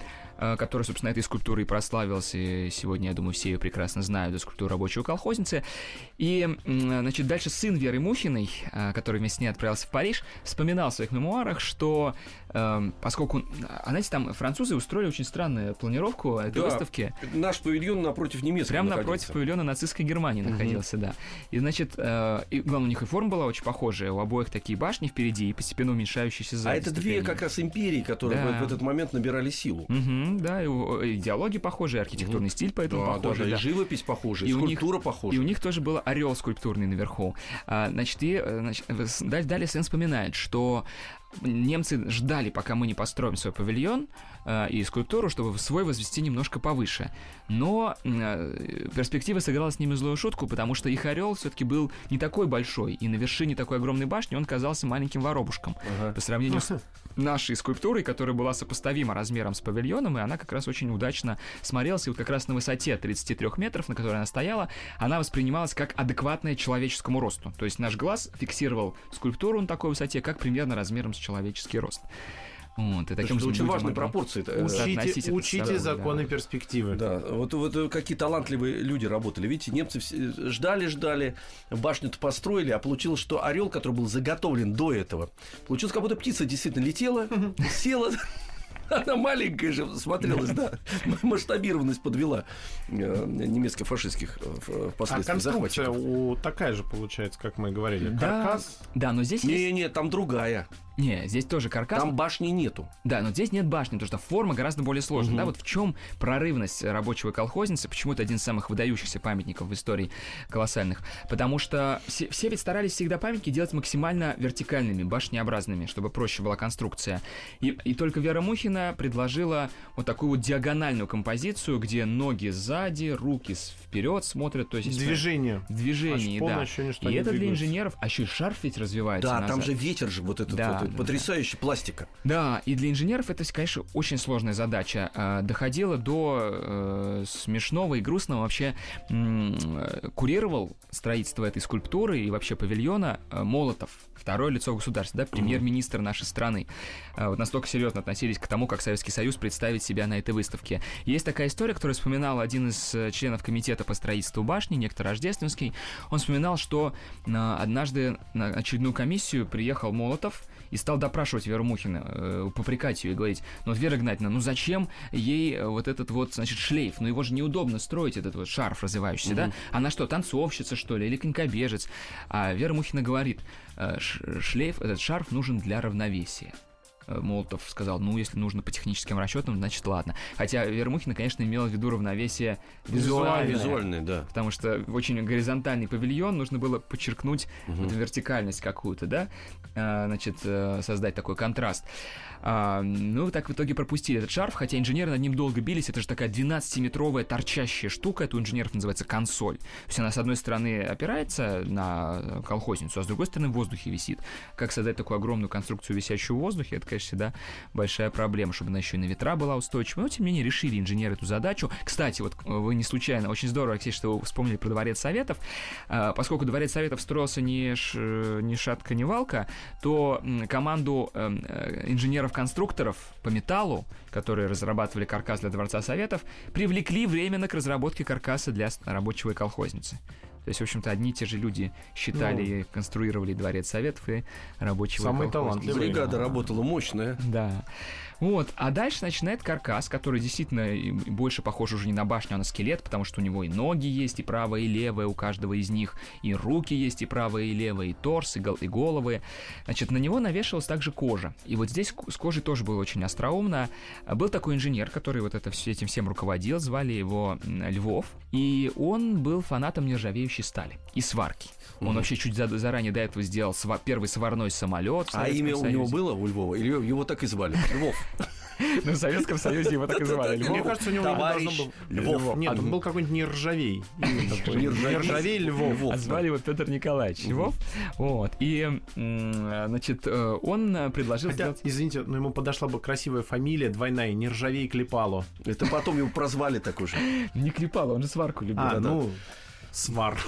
э, которая, собственно, этой скульптурой и прославилась. И сегодня, я думаю, все ее прекрасно знают, за скульптуру рабочего колхозницы. И, м, значит, дальше сын Веры Мухиной, э, который вместе с ней отправился в Париж, вспоминал в своих мемуарах, что э, поскольку, а, знаете, там французы устроили очень странную планировку этой Да, выставки. наш павильон напротив немецкого Прямо находился. напротив павильона нацистской Германии находился, да. И, значит, э, и, главное, у них и форма была очень похожая. У обоих такие башни впереди и постепенно уменьшающиеся сзади. А это две ступени. как раз империи, которые Да. в, в этот момент набирали силу. Мгм, да, и у- идеология похожая, архитектурный стиль поэтому Да, да, похожий. да, и да. живопись похожая, и И у них- скульптура похожая. И у них тоже был орел скульптурный наверху. А, значит, и, э, значит, в- с- даль- далее сын вспоминает, что немцы ждали, пока мы не построим свой павильон э, и скульптуру, чтобы свой возвести немножко повыше. Но э, перспектива сыграла с ними злую шутку, потому что их орел все-таки был не такой большой, и на вершине такой огромной башни он казался маленьким воробушком. Ага. По сравнению с нашей скульптурой, которая была сопоставима размером с павильоном, и она как раз очень удачно смотрелась, и вот как раз на высоте тридцати трёх метров, на которой она стояла, она воспринималась как адекватная человеческому росту. То есть наш глаз фиксировал скульптуру на такой высоте, как примерно размером с человеческий рост. Вот, и таким это же очень людям важные он- пропорции. Учите, это учите здорово, законы да. перспективы. Да, вот, вот какие талантливые люди работали. Видите, немцы все ждали, ждали, башню-то построили, а получилось, что орел, который был заготовлен до этого, получилось, как будто птица действительно летела, села. Она маленькая же смотрелась, да. Масштабированность подвела э, немецко-фашистских э, А впоследствии конструкция захватчиков. у такая же получается, как мы говорили. Да, Каркас. да, но здесь есть... Не-не, там другая. Не, здесь тоже каркас. Там башни нету. Да, но здесь нет башни, потому что форма гораздо более сложная. Мгм. Да, вот в чем прорывность рабочего колхозницы, почему это один из самых выдающихся памятников в истории колоссальных. Потому что все, все ведь старались всегда памятники делать максимально вертикальными, башнеобразными, чтобы проще была конструкция. И, и только Вера Мухина предложила вот такую вот диагональную композицию, где ноги сзади, руки вперед смотрят. То есть, Движение. в движении, А шпон да. еще ничто И не это для двигается. инженеров, а еще и шарф ведь развивается Да, назад. там же ветер же вот этот Да, вот, да, потрясающий пластика. Да, и для инженеров это, конечно, очень сложная задача. А, доходило до э, смешного и грустного. Вообще м- э, курировал строительство этой скульптуры и вообще павильона э, Молотов, второе лицо государства, да, премьер-министр нашей страны. А, вот настолько серьезно относились к тому, как Советский Союз представит себя на этой выставке. Есть такая история, которую вспоминал один из э, членов комитета по строительству башни, некто Рождественский. Он вспоминал, что э, однажды на очередную комиссию приехал Молотов и стал допрашивать Веру Мухину, э, попрекать ее и говорить: ну, вот, Вера Игнатьевна, ну зачем ей э, вот этот вот, значит, шлейф? Ну его же неудобно строить, этот вот шарф развивающийся, Мгм. да? Она что, танцовщица, что ли, или конькобежец? А Вера Мухина говорит: э, ш- шлейф, этот шарф нужен для равновесия. Э, Молотов сказал: ну, если нужно по техническим расчетам, значит, ладно. Хотя Вера Мухина, конечно, имела в виду равновесие визуальное. Визуальный, да. Потому что очень горизонтальный павильон, нужно было подчеркнуть Мгм. вот вертикальность какую-то, да, А, значит, э, создать такой контраст. А, ну, так в итоге пропустили этот шарф, хотя инженеры над ним долго бились. Это же такая двенадцатиметровая торчащая штука, это у инженеров называется консоль. То есть она, с одной стороны, опирается на колхозницу, а с другой стороны, в воздухе висит. Как создать такую огромную конструкцию, висящую в воздухе, это, конечно, всегда большая проблема, чтобы она еще и на ветра была устойчива. Но, тем не менее, решили инженеры эту задачу. Кстати, вот вы не случайно, очень здорово, Алексей, что вы вспомнили про Дворец Советов. А, поскольку Дворец Советов строился ни, ш, ни шатка, ни валка, то м, команду эм, э, инженеров-конструкторов по металлу, которые разрабатывали каркас для Дворца Советов, привлекли временно к разработке каркаса для с- рабочего и колхозницы. То есть, в общем-то, одни и те же люди считали и конструировали Дворец Советов и рабочего и Самые колхозницы. талантливые. Бригада работала мощная. Да. Вот. А дальше начинает каркас, который действительно и больше похож уже не на башню, а на скелет, потому что у него и ноги есть, и правая, и левая у каждого из них, и руки есть, и правая, и левая, и торс, и, гол- и головы. Значит, на него навешивалась также кожа. И вот здесь ку- с кожей тоже было очень остроумно. Был такой инженер, который вот это, все- этим всем руководил, звали его м, Львов, и он был фанатом нержавеющей стали и сварки. Он Мгм. вообще чуть за- заранее до этого сделал сва- первый сварной самолет. в А Советском имя у него Союзе. было у Львова? Или его так и звали? Львов. Ну, в Советском Союзе его так и звали. Мне Львов. кажется, у него имя Товарищ должно было... Львов. Нет, он А, был какой-нибудь нержавей. Имя такое. Нержавей. Нержавей Львов. Львов. А звали его Петр Николаевич Львов. Вот. И, м, значит, э, он э, предложил Хотя, сделать... извините, но ему подошла бы красивая фамилия двойная, Нержавей Клепало. Это потом его прозвали так уже. Не Клепало, он же сварку любил. А, да-да. ну, свар.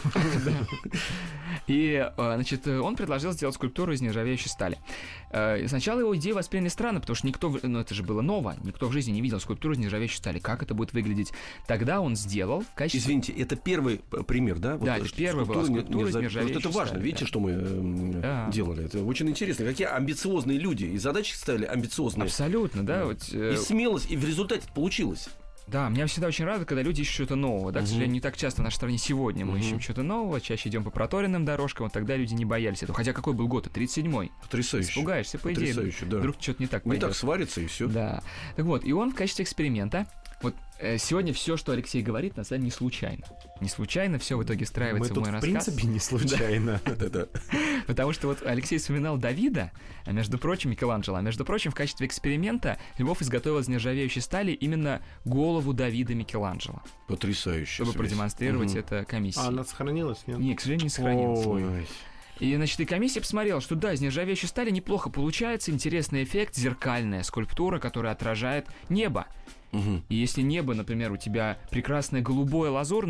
И, э, значит, э, он предложил сделать скульптуру из нержавеющей стали. Э, и Сначала его идею восприняли странно, потому что никто, в- ну это же было ново, никто в жизни не видел скульптуру из нержавеющей стали. Как это будет выглядеть? Тогда он сделал в качестве... Извините, это первый п- пример, да? Да, это что первая была скульптура не- скульптура из нержаве- нержавеющей Вот это важно. стали, Видите, да. что мы э, Да. делали? Это очень интересно. Какие амбициозные люди. И задачи ставили амбициозные. Абсолютно, да. Вот, э, И смелость, и в результате это получилось. Да, меня всегда очень радует, когда люди ищут что-то нового. Да, к Мгм. сожалению, не так часто в нашей стране сегодня мы Мгм. ищем что-то нового, чаще идем по проторенным дорожкам, вот тогда люди не боялись этого. Хотя какой был год-то? тридцать седьмой. Потрясающе. Испугаешься, по идее. Потрясающе, да. Вдруг что-то не так Не пойдет. так сварится, и все. Да. Так вот, и он в качестве эксперимента. Вот э, сегодня все, что Алексей говорит, на самом деле не случайно. Не случайно все в итоге Мы встраивается в тут, мой в рассказ. принципе, не случайно. Потому что вот Алексей вспоминал Давида, а между прочим, Микеланджело, а между прочим, в качестве эксперимента Львов изготовил из нержавеющей стали именно голову Давида Микеланджело, Потрясающе. чтобы связь. продемонстрировать Мгм. это комиссии. А она сохранилась, нет? Не, к сожалению, не сохранилось. Ой. Ой. И, значит, и комиссия посмотрела, что да, из нержавеющей стали неплохо получается, интересный эффект, зеркальная скульптура, которая отражает небо. Мгм. И если небо, например, у тебя прекрасное голубое лазурное,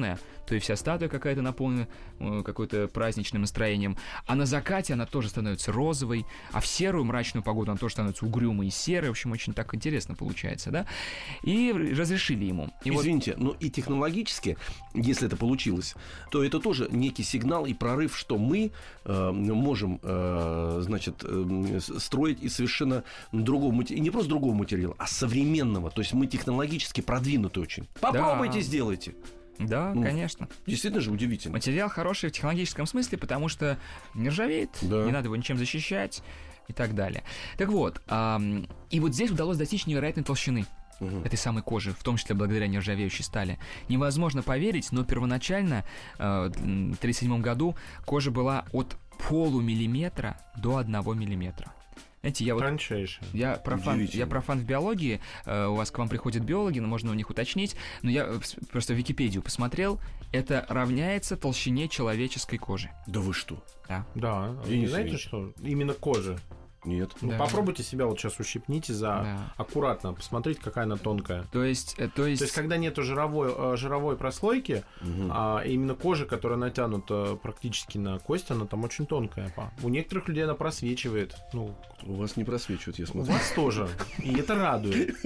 то и вся статуя какая-то наполнена э, какой-то праздничным настроением. А на закате она тоже становится розовой, а в серую мрачную погоду она тоже становится угрюмой и серой. В общем, очень так интересно получается, да? И разрешили ему. И Извините, вот... ну и технологически, если это получилось, то это тоже некий сигнал и прорыв, что мы э, можем, э, значит, э, строить из совершенно другого материала, не просто другого материала, а современного. То есть мы технологически продвинуты очень. Попробуйте, да. сделайте. Да, ну, конечно. Действительно же удивительно. Материал хороший в технологическом смысле, потому что не ржавеет, да. не надо его ничем защищать и так далее. Так вот, эм, и вот здесь удалось достичь невероятной толщины угу. этой самой кожи, в том числе благодаря нержавеющей стали. Невозможно поверить, но первоначально, э, в тысяча девятьсот тридцать седьмом году, кожа была от полумиллиметра до одного миллиметра. Знаете, я вот я профан, я профан в биологии, э, у вас к вам приходят биологи, но можно у них уточнить, но я просто в Википедию посмотрел, это равняется толщине человеческой кожи. Да вы что? Да. Да. И не знаете что? Именно кожа. Нет. Ну, да. Попробуйте себя вот сейчас ущипните за да. аккуратно, посмотрите, какая она тонкая. То есть, то есть... То есть когда нету жировой, жировой прослойки, угу. а именно кожа, которая натянута практически на кость, она там очень тонкая. У некоторых людей она просвечивает. Ну, у вас не просвечивает, я смотрю. У вас тоже. И это радует.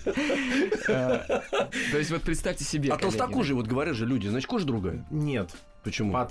То есть вот представьте себе... А толстокожие, вот говорят же люди, значит, кожа другая? Нет. Почему? Под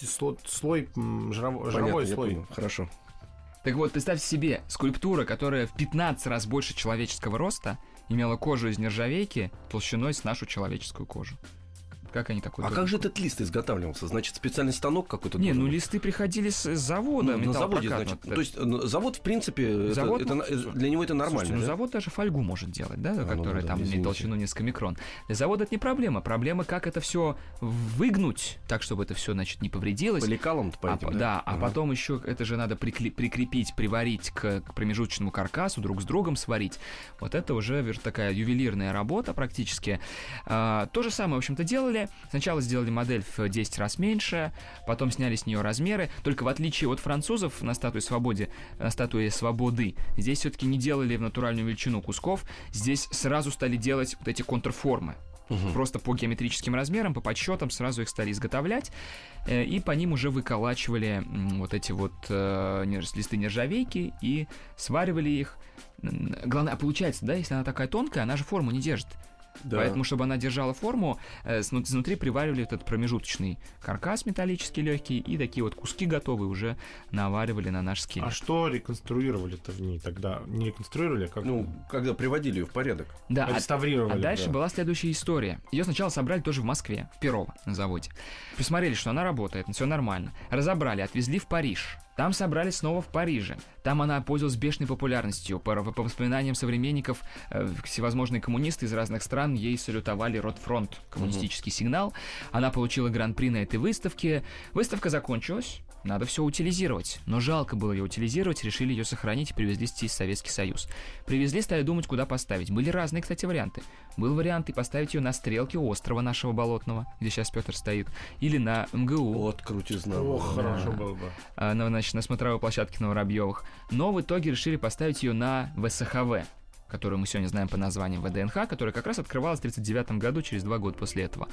слой, жировой слой. Хорошо. Так вот, представьте себе, скульптура, которая в пятнадцать раз больше человеческого роста, имела кожу из нержавейки толщиной с нашу человеческую кожу. Как они такой... А как же этот лист изготавливался? Значит, специальный станок какой-то? Не, ну листы приходили с завода. Ну, на заводе, значит. То есть завод, в принципе, завод, это, это, это, для него это нормально. Слушайте, ну да? завод даже фольгу может делать, да, а, которая ну, да, там извините. имеет толщину несколько микрон. Для завода это не проблема. Проблема, как это все выгнуть, так, чтобы это все, значит, не повредилось. По лекалам-то по этим, а, да? Да, ага. а потом еще это же надо прикрепить, приварить к, к промежуточному каркасу, друг с другом сварить. Вот это уже такая ювелирная работа практически. А, то же самое, в общем-то, делали. Сначала сделали модель в десять раз меньше, потом сняли с нее размеры. Только в отличие от французов на статуе свободы, на статуе свободы, здесь все-таки не делали в натуральную величину кусков, здесь сразу стали делать вот эти контрформы. Угу. Просто по геометрическим размерам, по подсчетам сразу их стали изготовлять, э, и по ним уже выколачивали м, вот эти вот э, листы нержавейки и сваривали их. Главное, а получается, да, если она такая тонкая, она же форму не держит. Да. Поэтому, чтобы она держала форму, э, снутри приваривали этот промежуточный каркас металлический легкий, и такие вот куски готовые уже наваривали на наш скелет. А что реконструировали-то в ней тогда? Не реконструировали, как? Ну, когда приводили ее в порядок. Да, реставрировали. А, а дальше да. была следующая история. Ее сначала собрали тоже в Москве, в Перово, на заводе. Присмотрели, что она работает, все нормально. Разобрали, отвезли в Париж. Там собрались снова в Париже. Там она пользовалась бешеной популярностью. По, по воспоминаниям современников, э, всевозможные коммунисты из разных стран ей салютовали Ротфронт, коммунистический угу. сигнал. Она получила гран-при на этой выставке. Выставка закончилась. Надо все утилизировать. Но жалко было ее утилизировать, решили ее сохранить и привезли в Советский Союз. Привезли, стали думать, куда поставить. Были разные, кстати, варианты. Был вариант и поставить ее на стрелке у острова нашего Болотного, где сейчас Петр стоит, или на эм гэ у. Вот крутизна. Ох, хорошо было бы. А, на, значит, на смотровой площадке на Воробьевых. Но в итоге решили поставить ее на вэ эс ха вэ, которую мы сегодня знаем по названию вэ дэ эн ха, которая как раз открывалась в тридцать девятом году, через два года после этого.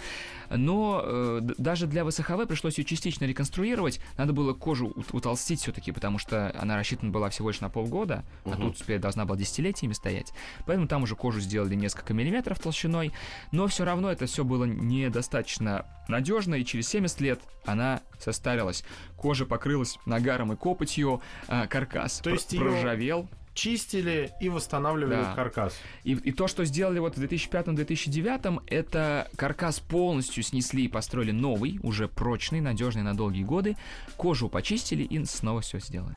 Но э, даже для вэ эс ха вэ пришлось ее частично реконструировать. Надо было кожу утолстить все-таки, потому что она рассчитана была всего лишь на полгода, uh-huh. а тут теперь должна была десятилетиями стоять. Поэтому там уже кожу сделали несколько миллиметров толщиной, но все равно это все было недостаточно надежно, и через семьдесят лет она состарилась. Кожа покрылась нагаром и копотью, э, каркас То есть пр- проржавел. Чистили и восстанавливали да. каркас. И, и то, что сделали вот в две тысячи пятом - две тысячи девятом, это каркас полностью снесли и построили новый, уже прочный, надежный на долгие годы. Кожу почистили и снова все сделали.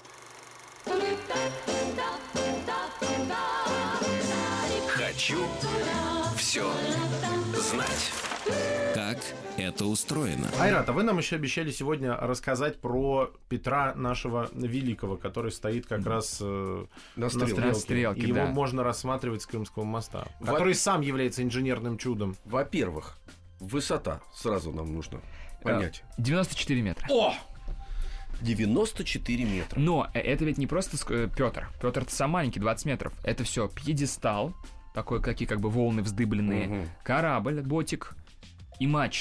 Хочу все знать. Как это устроено? Айрат, а вы нам еще обещали сегодня рассказать про Петра нашего Великого, который стоит как раз э, на стрелке. На стрелке, и да. его можно рассматривать с Крымского моста, Во... который сам является инженерным чудом. Во-первых, высота сразу нам нужно понять. девяносто четыре метра. О! девяносто четыре метра. Но это ведь не просто Петр. Петр-то сам маленький, двадцать метров. Это все пьедестал, такой, какие как бы волны вздыбленные, угу. корабль, ботик и мачта.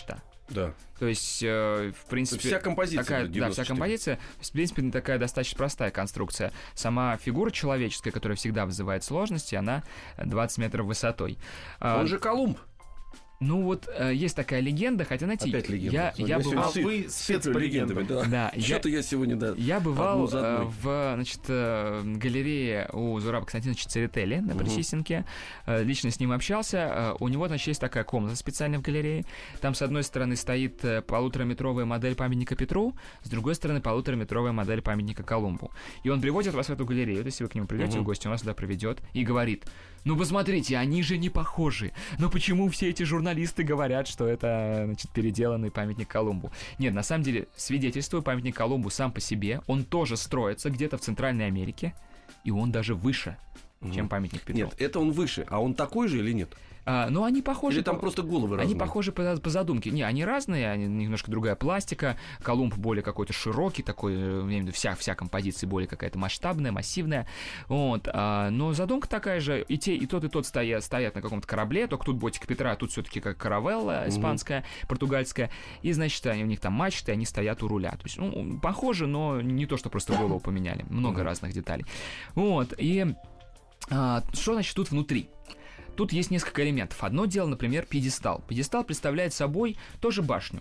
Да. То есть, э, в принципе... Вся композиция. Такая, да, вся композиция. В принципе, такая достаточно простая конструкция. Сама фигура человеческая, которая всегда вызывает сложности, она двадцать метров высотой. Он же Колумб. Ну вот, э, есть такая легенда, хотя, знаете, Опять легенда. я, я, я бывал... А вы спец по легендам. Да. Да, Что-то я, я сегодня, да, я бывал э, в, значит, э, галерее у Зураба Константиновича Церетели на Причистенке. Э, лично с ним общался. Э, у него, значит, есть такая комната специальная в галерее. Там, с одной стороны, стоит полутораметровая модель памятника Петру, с другой стороны, полутораметровая модель памятника Колумбу. И он приводит вас в эту галерею, если вы к нему придете в гости, он вас сюда проведет и говорит: ну, посмотрите, они же не похожи. Но почему все эти журналисты говорят, что это, значит, переделанный памятник Колумбу? Нет, на самом деле, свидетельствую, памятник Колумбу сам по себе, он тоже строится где-то в Центральной Америке, и он даже выше, чем памятник Петру. Нет, это он выше, а он такой же или нет? А, но они похожи... Или там по... просто головы разные? Они похожи по, по задумке. Не, они разные, они немножко другая пластика. Колумб более какой-то широкий, такой, я имею в виду, вся, вся композиция более какая-то масштабная, массивная. Вот. А, но задумка такая же. И те, и тот, и тот стоят, стоят на каком-то корабле, только тут ботик Петра, а тут все-таки как каравелла испанская, mm-hmm. португальская. И, значит, они, у них там мачты, они стоят у руля. То есть, ну, похоже, но не то, что просто голову поменяли. Много mm-hmm. разных деталей. Вот. И а, что, значит, тут внутри? Тут есть несколько элементов. Одно дело, например, пьедестал. Пьедестал представляет собой тоже башню.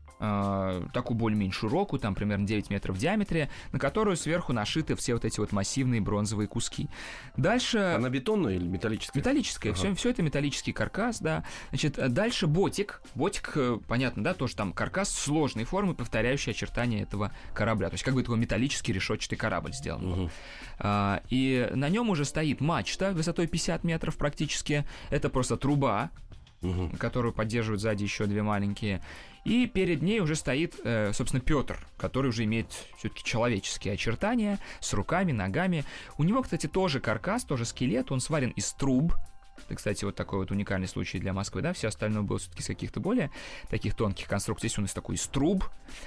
Э, такую более-менее широкую, там примерно девять метров в диаметре, на которую сверху нашиты все вот эти вот массивные бронзовые куски. Дальше... Она бетонная или металлическая? Металлическая. Ага. Все, все это металлический каркас, да. Значит, дальше ботик. Ботик, понятно, да, тоже там каркас сложной формы, повторяющий очертания этого корабля. То есть как бы такой металлический решетчатый корабль сделан. Угу. А, и на нем уже стоит мачта высотой пятьдесят метров практически. Это просто труба, угу. которую поддерживают сзади еще две маленькие. И перед ней уже стоит, э, собственно, Петр, который уже имеет все-таки человеческие очертания, с руками, ногами. У него, кстати, тоже каркас, тоже скелет, он сварен из труб. Это, кстати, вот такой вот уникальный случай для Москвы, да, все остальное было все-таки из каких-то более таких тонких конструкций. Здесь он из такой из труб,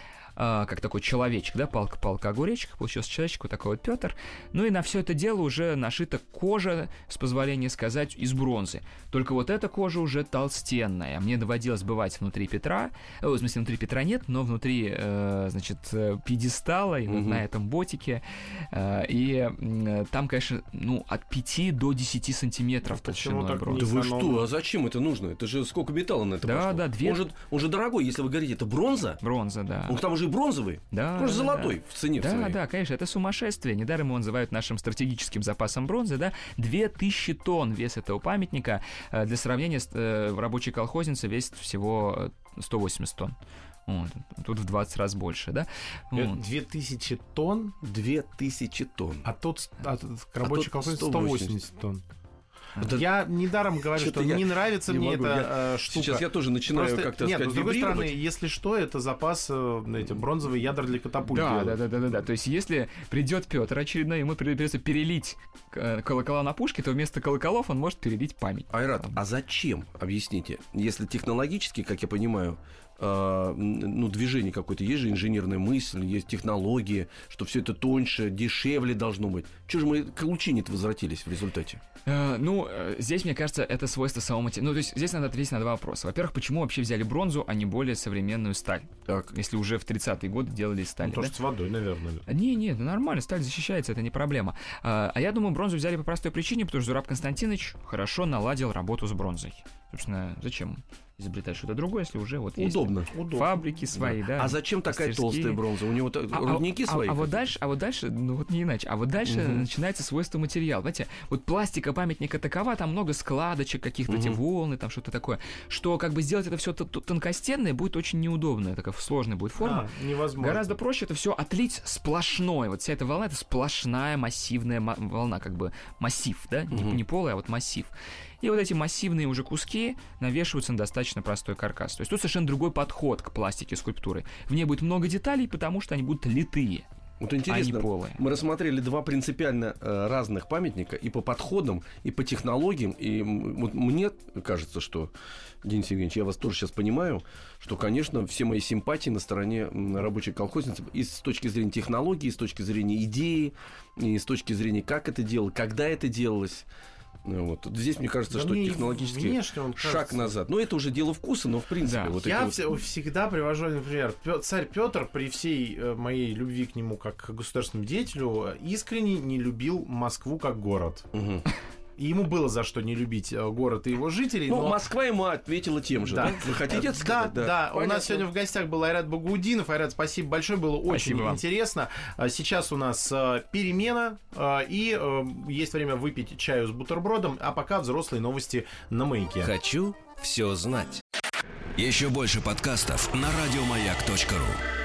а, как такой человечек, да, палка-палка огуречек, получился человечек, вот такой вот Петр. Ну и на все это дело уже нашита кожа, с позволения сказать, из бронзы. Только вот эта кожа уже толстенная. Мне доводилось бывать внутри Петра, о, в смысле, внутри Петра нет, но внутри, э, значит, пьедестала и угу. на этом ботике. Э, и э, там, конечно, ну, от пяти до десяти сантиметров толщиной бронзы. Да вы что, а зачем это нужно? Это же сколько металла на это да, пошло? Да, две... Он же, он же дорогой, если вы говорите, это бронза? Бронза, да. Он там уже и бронзовый? Да. Он же да, золотой да. в цене Да, своей. да, конечно, это сумасшествие. Недаром его называют нашим стратегическим запасом бронзы, да. Две тысячи тонн вес этого памятника. Для сравнения, рабочий колхозница весит всего сто восемьдесят тонн. Вот. Тут в двадцать раз больше, да? Вот. Две тысячи тонн? Две тысячи тонн. А тут а, рабочий а колхозница сто восемьдесят тонн. Это... Я недаром говорю, что, что я... не нравится не мне могу. эта я... штука. Сейчас я тоже начинаю Просто... как-то Нет, сказать, с другой вибрировать. стороны, если что, это запас эти, бронзовые ядра для катапульты. Да, да, да, да, да, да. То есть, если придет Петр очередной, ему придется перелить колокола на пушке, то вместо колоколов он может перелить память. Айрат, а зачем, объясните, если технологически, как я понимаю, э, ну, движение какое-то, есть же инженерная мысль, есть технологии, что все это тоньше, дешевле должно быть. Чего же мы к лучине-то возвратились в результате? Uh, ну, здесь, мне кажется, это свойство самого материала. Ну, то есть здесь надо ответить на два вопроса. Во-первых, почему вообще взяли бронзу, а не более современную сталь? Так. Если уже в тридцатые годы делали сталь. Ну, то, да? что с водой, наверное. Не, не, ну нормально, сталь защищается, это не проблема. А, а я думаю, бронзу взяли по простой причине, потому что Зураб Константинович хорошо наладил работу с бронзой. Собственно, зачем изобретать что-то другое, если уже вот Удобно. есть Удобно. Фабрики свои, да. да. А зачем такая мастерские. толстая бронза? У него а, рудники а, свои? А, а вот дальше, а вот дальше, ну вот не иначе. А вот дальше угу. начинается свойство материала. Знаете, вот пластика памятника такова, там много складочек каких-то, угу. эти волны, там что-то такое, что как бы сделать это все тонкостенное будет очень неудобно, такая сложная будет форма. А, невозможно. Гораздо проще это все отлить сплошной. Вот вся эта волна — это сплошная массивная волна, как бы массив, да, угу. не, не полая, а вот массив. И вот эти массивные уже куски навешиваются на достаточно простой каркас. То есть тут совершенно другой подход к пластике скульптуры. В ней будет много деталей, потому что они будут литые. Вот интересно, а не полые. Мы рассмотрели два принципиально э, разных памятника и по подходам, и по технологиям. И вот мне кажется, что, Денис Евгеньевич, я вас тоже сейчас понимаю, что, конечно, все мои симпатии на стороне рабочей колхозницы и с точки зрения технологии, и с точки зрения идеи, и с точки зрения, как это делалось, когда это делалось. Вот. Здесь, мне кажется, Да что мне и технологический внешне он шаг кажется- назад. Но это уже дело вкуса, но в принципе... Да. Вот Я эти вот- вс- всегда привожу, например, Пё- царь Петр при всей э, моей любви к нему как к государственному деятелю э, искренне не любил Москву как город. Мгм. И ему было за что не любить э, город и его жителей. Ну, но... Москва ему ответила тем же, Да. да? Вы хотите это Да, сказать? да, у Понятно. нас сегодня в гостях был Айрат Багаудинов. Айрат, спасибо большое, было очень Спасибо вам. интересно. А Сейчас у нас э, перемена, э, и э, есть время выпить чаю с бутербродом, а пока взрослые новости на Маяке. Хочу все знать. Еще больше подкастов на радиомаяк точка ру.